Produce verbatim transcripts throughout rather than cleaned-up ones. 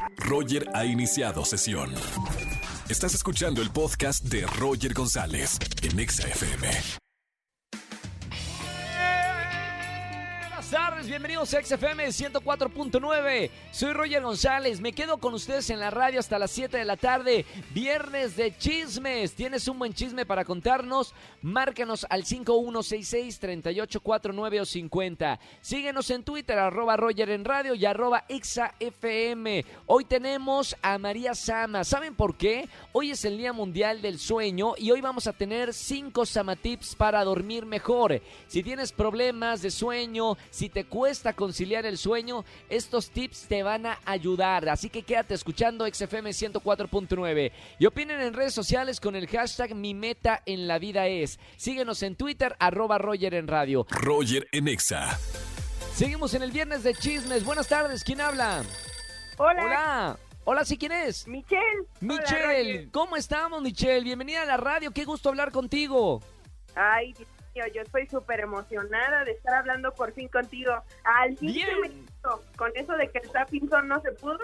Roger ha iniciado sesión. Estás escuchando el podcast de Roger González en Exa F M. Buenas tardes, bienvenidos a Exa F M ciento cuatro punto nueve. Soy Roger González, me quedo con ustedes en la radio hasta las siete de la tarde. Viernes de chismes. ¿Tienes un buen chisme para contarnos? Márcanos al cinco uno seis seis, tres ocho cuatro nueve o cincuenta. Síguenos en Twitter, arroba Roger en radio y arroba Exa F M. Hoy tenemos a María Sama. ¿Saben por qué? Hoy es el Día Mundial del Sueño y hoy vamos a tener cinco Sama Tips para dormir mejor. Si tienes problemas de sueño, si te cuesta conciliar el sueño, estos tips te van a ayudar. Así que quédate escuchando Exa F M ciento cuatro punto nueve. Y opinen en redes sociales con el hashtag Mi Meta en la Vida Es. Síguenos en Twitter, arroba Roger en radio. Roger en Exa. Seguimos en el Viernes de Chismes. Buenas tardes, ¿quién habla? Hola. Hola. Hola, ¿sí quién es? Michelle. Michelle, Hola, ¿cómo estamos, Michelle? Bienvenida a la radio, qué gusto hablar contigo. Ay, Dios mío, yo estoy súper emocionada de estar hablando por fin contigo. Al fin Bien. se me hizo, con eso de que el Tappington no se pudo.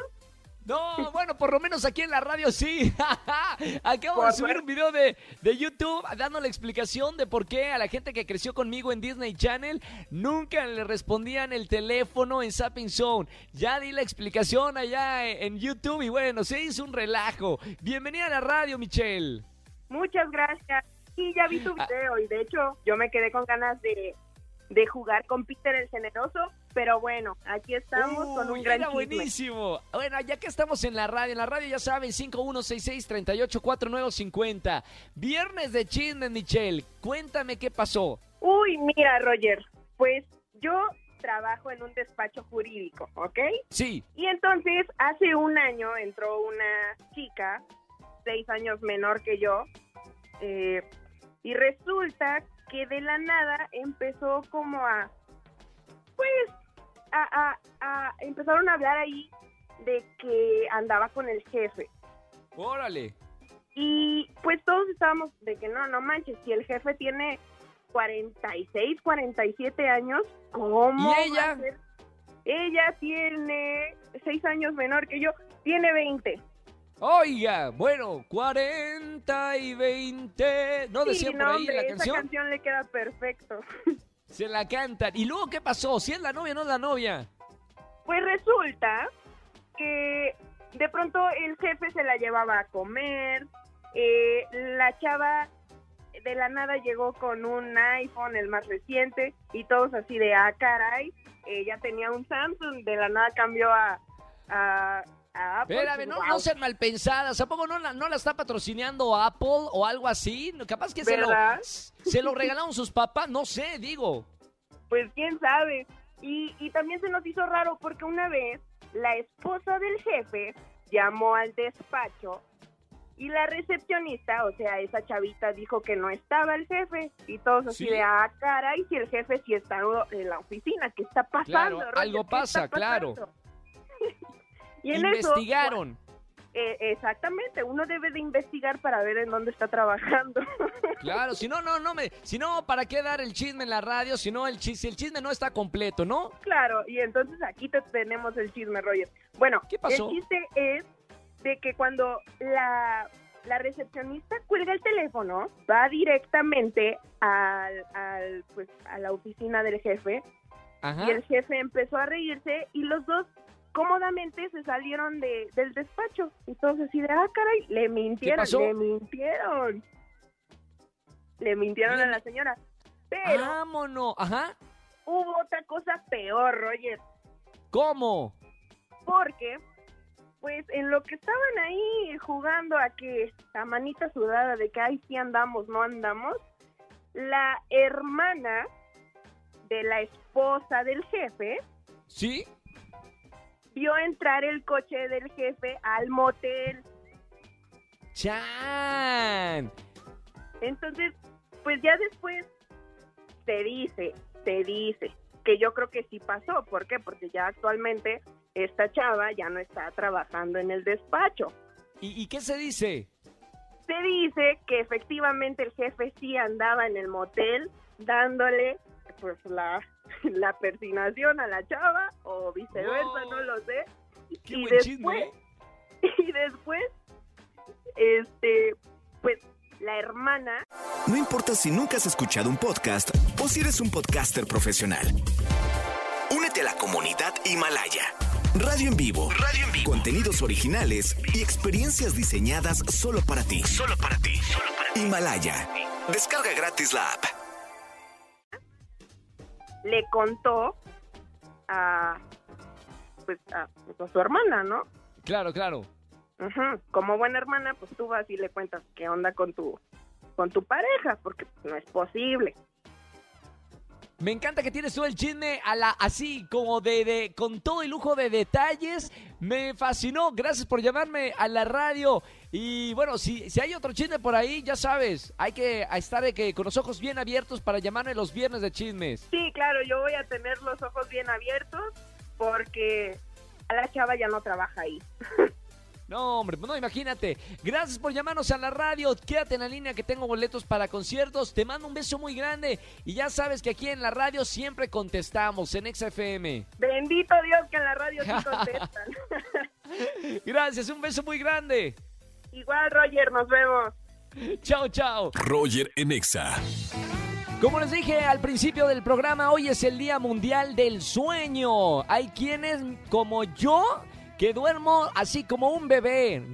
No, bueno, por lo menos aquí en la radio sí. Acabo Por de subir suerte. un video de, de YouTube dando la explicación de por qué a la gente que creció conmigo en Disney Channel nunca le respondían el teléfono en Zapping Zone. Ya di la explicación allá en YouTube y bueno, se hizo un relajo. Bienvenida a la radio, Michelle. Muchas gracias. Sí, ya vi tu video y de hecho yo me quedé con ganas de, de jugar con Peter el Generoso, pero bueno, aquí estamos con un Uy, gran era chisme. buenísimo. Bueno, ya que estamos en la radio, en la radio ya saben, cinco uno seis seis, tres ocho cuatro nueve cincuenta. Viernes de chismes, Michelle. Cuéntame qué pasó. Uy, mira, Roger, pues yo trabajo en un despacho jurídico, ¿ok? Sí. Y entonces, hace un año entró una chica, seis años menor que yo, eh, y resulta que de la nada empezó como a, pues, a, a, a, empezaron a hablar ahí de que andaba con el jefe. Órale. Y pues todos estábamos de que no, no manches, si el jefe tiene cuarenta y seis, cuarenta y siete años, ¿cómo ¿Y va ella? a ser? Ella tiene seis años menor que yo, tiene veinte. Oiga, bueno, cuarenta y veinte. ¿No decía Sí, por no, ahí hombre, la esa canción? canción le queda perfecto. Se la cantan. ¿Y luego qué pasó? ¿Si es la novia o no es la novia? Pues resulta que de pronto el jefe se la llevaba a comer, eh, la chava de la nada llegó con un iPhone, el más reciente, y todos así de, ah, caray, ella tenía un Samsung, de la nada cambió a, a, a Apple. Espérame, no, Wow. no sean mal pensadas. ¿A poco no la, no la está patrocinando Apple o algo así? Capaz que se lo, ¿Verdad? se lo regalaron sus papás. No sé, digo. Pues quién sabe. Y, y también se nos hizo raro porque una vez la esposa del jefe llamó al despacho y la recepcionista, o sea, esa chavita dijo que no estaba el jefe y todos así ¿Sí? de, ah, caray, si el jefe sí está en la oficina, ¿qué está pasando? Claro, Roger? algo ¿Qué pasa, está claro. pasando? Y en Investigaron. eso, eh, exactamente, uno debe de investigar para ver en dónde está trabajando. Claro, si no, no, no me, si no, ¿para qué dar el chisme en la radio? Si no, el chisme, si el chisme no está completo, ¿no? Claro, y entonces aquí te tenemos el chisme, Roger. Bueno, ¿Qué pasó? el chiste es de que cuando la, la recepcionista cuelga el teléfono, va directamente al, al, pues, a la oficina del jefe, Ajá. y el jefe empezó a reírse y los dos cómodamente se salieron de, del despacho. Y todos así de, ah, caray, le mintieron, pasó? le mintieron. Le mintieron Le a la mi- señora. Pero Vámonos. Ajá. hubo otra cosa peor, Roger. ¿Cómo? Porque, pues, en lo que estaban ahí jugando a que a manita sudada de que, ay, sí andamos, no andamos, la hermana de la esposa del jefe ¿Sí? vio entrar el coche del jefe al motel. ¡Chan! Entonces, pues ya después se dice, se dice, que yo creo que sí pasó. ¿Por qué? Porque ya actualmente esta chava ya no está trabajando en el despacho. ¿Y, y qué se dice? Se dice que efectivamente el jefe sí andaba en el motel dándole pues la, la persinación a la chava o viceversa, Wow. no lo sé. ¡Qué Y buen después, chisme! Y después, este, pues, la hermana... No importa si nunca has escuchado un podcast o si eres un podcaster profesional. Únete a la comunidad Himalaya. Radio en vivo. Radio en vivo. Contenidos originales y experiencias diseñadas solo para ti. Solo para ti. Solo para ti. Himalaya. Descarga gratis la app. Le contó a, pues, a, pues, a su hermana, ¿no? Claro, claro. Uh-huh. Como buena hermana, pues tú vas y le cuentas qué onda con tu, con tu pareja, porque no es posible. Me encanta que tienes todo el chisme a la, así como de, de con todo el lujo de detalles. Me fascinó. Gracias por llamarme a la radio. Y bueno, si, si hay otro chisme por ahí, ya sabes, hay que estar de que, con los ojos bien abiertos para llamarme los viernes de chismes. Sí, claro, yo voy a tener los ojos bien abiertos porque a la chava ya no trabaja ahí. No, hombre, no, imagínate. Gracias por llamarnos a la radio. Quédate en la línea que tengo boletos para conciertos. Te mando un beso muy grande. Y ya sabes que aquí en la radio siempre contestamos en X F M. Bendito Dios que en la radio sí contestan. Gracias, un beso muy grande. Igual, Roger, nos vemos. Chao, chao. Roger en Exa. Como les dije al principio del programa, hoy es el Día Mundial del Sueño. Hay quienes, como yo, que duermo así como un bebé,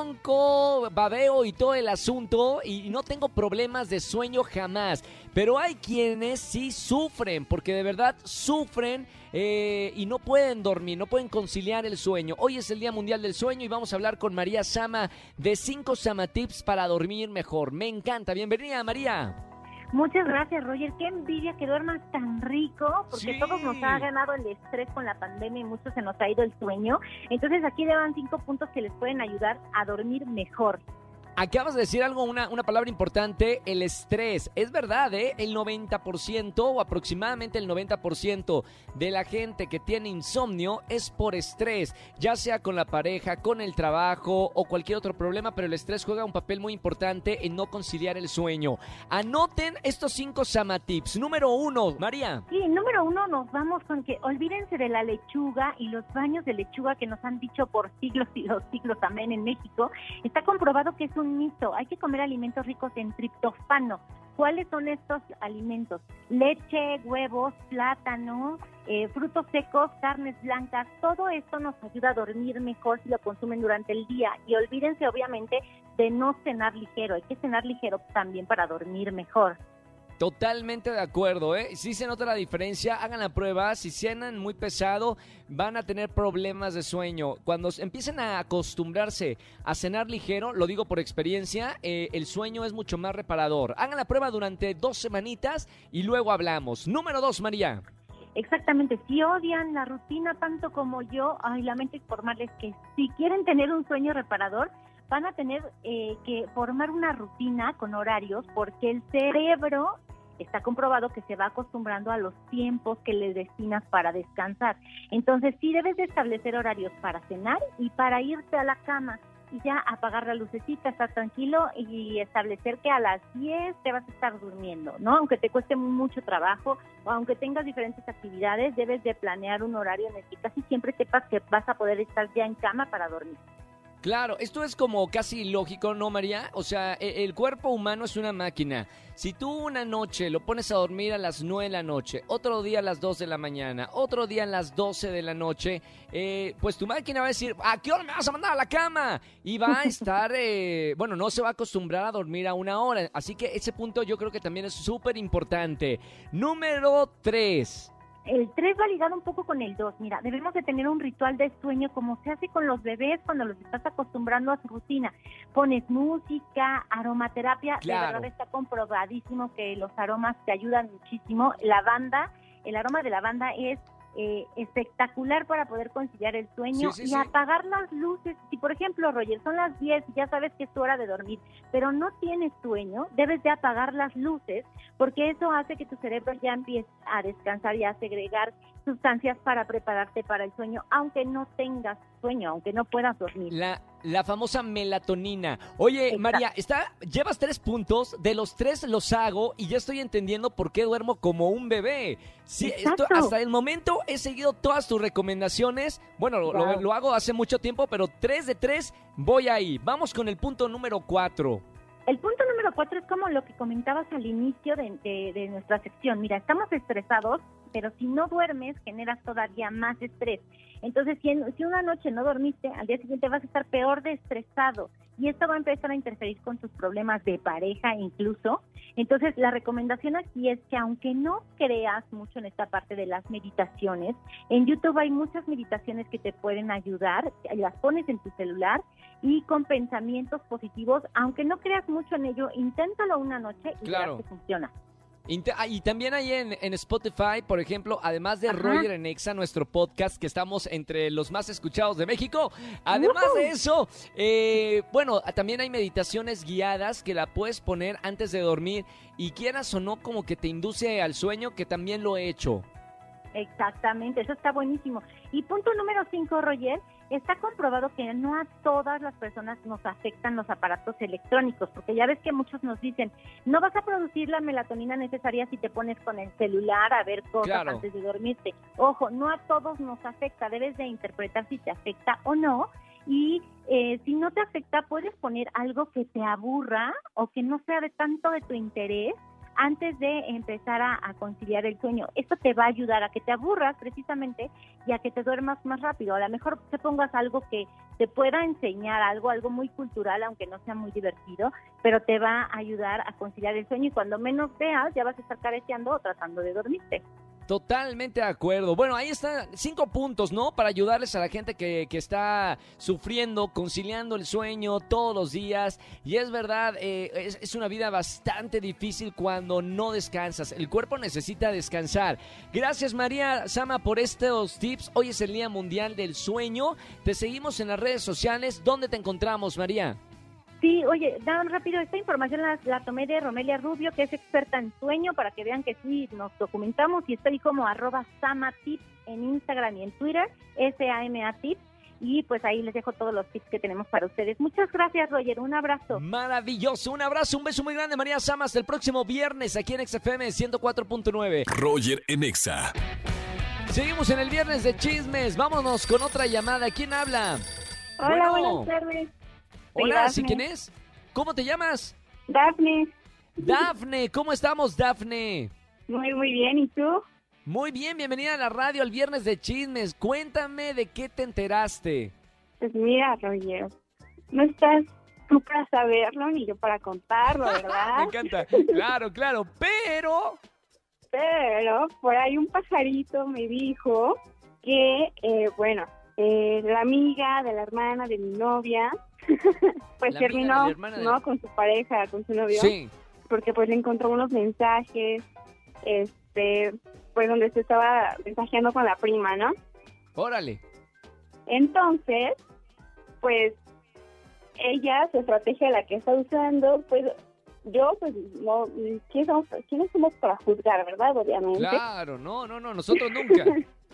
ronco, babeo y todo el asunto, y no tengo problemas de sueño jamás. Pero hay quienes sí sufren, porque de verdad sufren eh, y no pueden dormir, no pueden conciliar el sueño. Hoy es el Día Mundial del Sueño y vamos a hablar con María Sama de cinco Sama Tips para dormir mejor. Me encanta. Bienvenida, María. Muchas gracias, Roger. Qué envidia que duermas tan rico, porque sí. todos nos ha ganado el estrés con la pandemia y muchos se nos ha ido el sueño. Entonces aquí le van cinco puntos que les pueden ayudar a dormir mejor. Acabas de decir algo, una, una palabra importante, el estrés. Es verdad, ¿eh? El noventa por ciento o aproximadamente el noventa por ciento de la gente que tiene insomnio es por estrés, ya sea con la pareja, con el trabajo o cualquier otro problema, pero el estrés juega un papel muy importante en no conciliar el sueño. Anoten estos cinco Sama Tips. Número uno, María. Sí, número uno, nos vamos con que olvídense de la lechuga y los baños de lechuga que nos han dicho por siglos y los siglos, amén, en México. Está comprobado que es un un mito. Hay que comer alimentos ricos en triptófano. ¿Cuáles son estos alimentos? Leche, huevos, plátano, eh, frutos secos, carnes blancas. Todo esto nos ayuda a dormir mejor si lo consumen durante el día. Y olvídense, obviamente, de no cenar ligero. Hay que cenar ligero también para dormir mejor. Totalmente de acuerdo, ¿eh? Si se nota la diferencia, hagan la prueba. Si cenan muy pesado, van a tener problemas de sueño. Cuando empiecen a acostumbrarse a cenar ligero, lo digo por experiencia, eh, el sueño es mucho más reparador. Hagan la prueba durante dos semanitas y luego hablamos. Número dos, María. Exactamente, si odian la rutina tanto como yo, ay, lamento informarles que si quieren tener un sueño reparador, van a tener eh, que formar una rutina con horarios, porque el cerebro está comprobado que se va acostumbrando a los tiempos que le destinas para descansar. Entonces sí debes de establecer horarios para cenar y para irte a la cama y ya apagar la lucecita, estar tranquilo y establecer que a las diez te vas a estar durmiendo, ¿no? Aunque te cueste mucho trabajo o aunque tengas diferentes actividades, debes de planear un horario en el que casi siempre sepas que vas a poder estar ya en cama para dormir. Claro, esto es como casi lógico, ¿no, María? O sea, e- el cuerpo humano es una máquina. Si tú una noche lo pones a dormir a las nueve de la noche, otro día a las dos de la mañana, otro día a las doce de la noche, eh, pues tu máquina va a decir, ¿a qué hora me vas a mandar a la cama? Y va a estar, eh, bueno, no se va a acostumbrar a dormir a una hora. Así que ese punto yo creo que también es súper importante. Número tres. El tres va ligado un poco con el dos. Mira, debemos de tener un ritual de sueño como se hace con los bebés cuando los estás acostumbrando a su rutina. Pones música, aromaterapia. Claro. De verdad está comprobadísimo que los aromas te ayudan muchísimo. Lavanda, el aroma de lavanda es eh, espectacular para poder conciliar el sueño. Sí, sí, y sí. apagar las luces. Si, por ejemplo, Roger, son las diez y ya sabes que es tu hora de dormir, pero no tienes sueño, debes de apagar las luces, porque eso hace que tu cerebro ya empiece a descansar y a segregar sustancias para prepararte para el sueño, aunque no tengas sueño, aunque no puedas dormir. La, la famosa melatonina. Oye, Exacto. María, está, llevas tres puntos, de los tres los hago y ya estoy entendiendo por qué duermo como un bebé. Sí, esto, Exacto. hasta el momento he seguido todas tus recomendaciones. Bueno, lo, lo- Wow. lo hago hace mucho tiempo, pero tres de tres voy ahí. Vamos con el punto número cuatro. El punto número cuatro es como lo que comentabas al inicio de, de- de nuestra sección. Mira, estamos estresados, pero si no duermes, generas todavía más estrés. Entonces, si, en- si una noche no dormiste, al día siguiente vas a estar peor de estresado. Y esto va a empezar a interferir con tus problemas de pareja incluso. Entonces, la recomendación aquí es que aunque no creas mucho en esta parte de las meditaciones, en YouTube hay muchas meditaciones que te pueden ayudar, las pones en tu celular y con pensamientos positivos, aunque no creas mucho en ello, inténtalo una noche y Claro. verás que funciona. Inte- ah, Y también ahí en, en Spotify, por ejemplo, además de Ajá. Roger en Exa, nuestro podcast, que estamos entre los más escuchados de México. Además ¡Woohoo! de eso, eh, bueno, también hay meditaciones guiadas que la puedes poner antes de dormir y quieras o no, como que te induce al sueño, que también lo he hecho. Exactamente, eso está buenísimo. Y punto número cinco, Roger, está comprobado que no a todas las personas nos afectan los aparatos electrónicos, porque ya ves que muchos nos dicen, no vas a producir la melatonina necesaria si te pones con el celular a ver cosas Claro. antes de dormirte. Ojo, no a todos nos afecta, debes de interpretar si te afecta o no. Y eh, si no te afecta, puedes poner algo que te aburra o que no sea de tanto de tu interés antes de empezar a, a conciliar el sueño. Esto te va a ayudar a que te aburras precisamente y a que te duermas más rápido. A lo mejor te pongas algo que te pueda enseñar algo, algo muy cultural, aunque no sea muy divertido, pero te va a ayudar a conciliar el sueño y cuando menos veas ya vas a estar careceando o tratando de dormirte. Totalmente de acuerdo. Bueno, ahí están cinco puntos, ¿no? Para ayudarles a la gente que, que está sufriendo, conciliando el sueño todos los días. Y es verdad, eh, es, es una vida bastante difícil cuando no descansas. El cuerpo necesita descansar. Gracias, María Sama, por estos tips. Hoy es el Día Mundial del Sueño. Te seguimos en las redes sociales. ¿Dónde te encontramos, María? Sí, oye, Dan, rápido, esta información la, la tomé de Romelia Rubio, que es experta en sueño, para que vean que sí, nos documentamos, y estoy como arroba samatips en Instagram y en Twitter, S A M A tips, y pues ahí les dejo todos los tips que tenemos para ustedes. Muchas gracias, Roger, un abrazo. Maravilloso. Un abrazo, un beso muy grande, María Sama. Hasta el próximo viernes aquí en X F M ciento cuatro punto nueve. Roger en Exa. Seguimos en el viernes de chismes. Vámonos con otra llamada. ¿Quién habla? Hola, Bueno. buenas tardes. Soy Hola, ¿sí Dafne. quién es? ¿Cómo te llamas? Dafne, Dafne. ¿Cómo estamos, Dafne? muy, muy bien. ¿Y tú? Muy bien, bienvenida a la radio al viernes de chismes. Cuéntame de qué te enteraste. Pues mira, Roger, no estás tú para saberlo ni yo para contarlo, Me ¿verdad? encanta. Claro, claro. Pero... Pero por ahí un pajarito me dijo que, eh, bueno, eh, la amiga de la hermana de mi novia, pues La amiga de terminó, la hermana de- ¿no? Con su pareja, con su novio, Sí. porque pues le encontró unos mensajes, este, pues donde se estaba mensajeando con la prima, ¿no? Órale. Entonces, pues ella, su estrategia la que está usando, pues yo, pues no, ¿quiénes somos, quiénes somos para juzgar, verdad? Obviamente. Claro, no, no, no, nosotros nunca.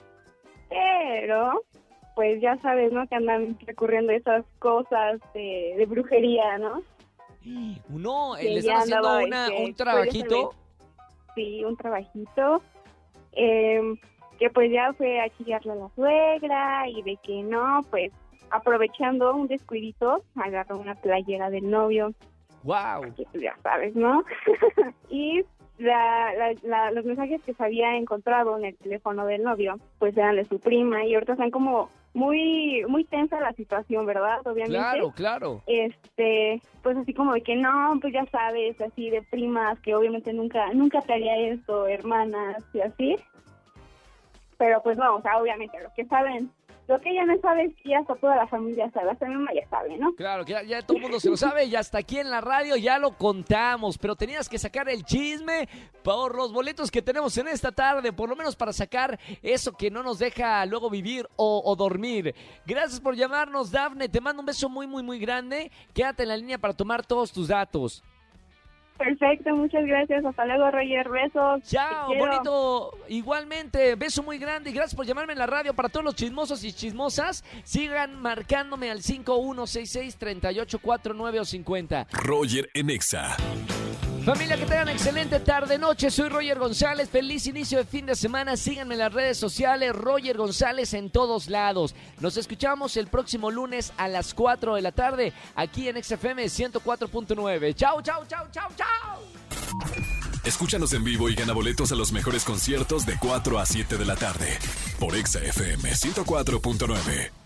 Pero, pues ya sabes, ¿no? Que andan recurriendo a esas cosas de, de brujería, ¿no? No, eh, Que le ya están haciendo andaba, una, este, un trabajito. Sí, un trabajito. eh, que pues ya fue a chillarle a la suegra y de que no, pues aprovechando un descuidito, agarró una playera del novio, Wow. que pues ya sabes, ¿no? y la, la, la- los mensajes que se había encontrado en el teléfono del novio, pues eran de su prima y ahorita están como muy muy tensa la situación, ¿verdad? Obviamente. Claro, claro. Este, pues así como de que no, pues ya sabes, así de primas, que obviamente nunca nunca te haría esto, hermanas y así. Pero pues no, o sea, obviamente lo que saben, lo que ella no sabe es que ya hasta toda la familia sabe, hasta mi mamá ya sabe, ¿no? Claro, que ya, ya todo el mundo se lo sabe y hasta aquí en la radio ya lo contamos, pero tenías que sacar el chisme por los boletos que tenemos en esta tarde, por lo menos para sacar eso que no nos deja luego vivir o, o dormir. Gracias por llamarnos, Dafne, te mando un beso muy, muy, muy grande. Quédate en la línea para tomar todos tus datos. Perfecto, muchas gracias. Hasta luego, Roger. Besos. Chao, Te quiero. bonito. Igualmente, beso muy grande y gracias por llamarme en la radio. Para todos los chismosos y chismosas, sigan marcándome al cinco uno seis seis, tres ocho cuatro nueve o cincuenta. Roger en Exa. Familia, que tengan excelente tarde-noche. Soy Roger González. Feliz inicio de fin de semana. Síganme en las redes sociales. Roger González en todos lados. Nos escuchamos el próximo lunes a las cuatro de la tarde aquí en X F M ciento cuatro punto nueve. Chau, chau, chau, chau, chau. Escúchanos en vivo y gana boletos a los mejores conciertos de cuatro a siete de la tarde por Exa F M ciento cuatro punto nueve.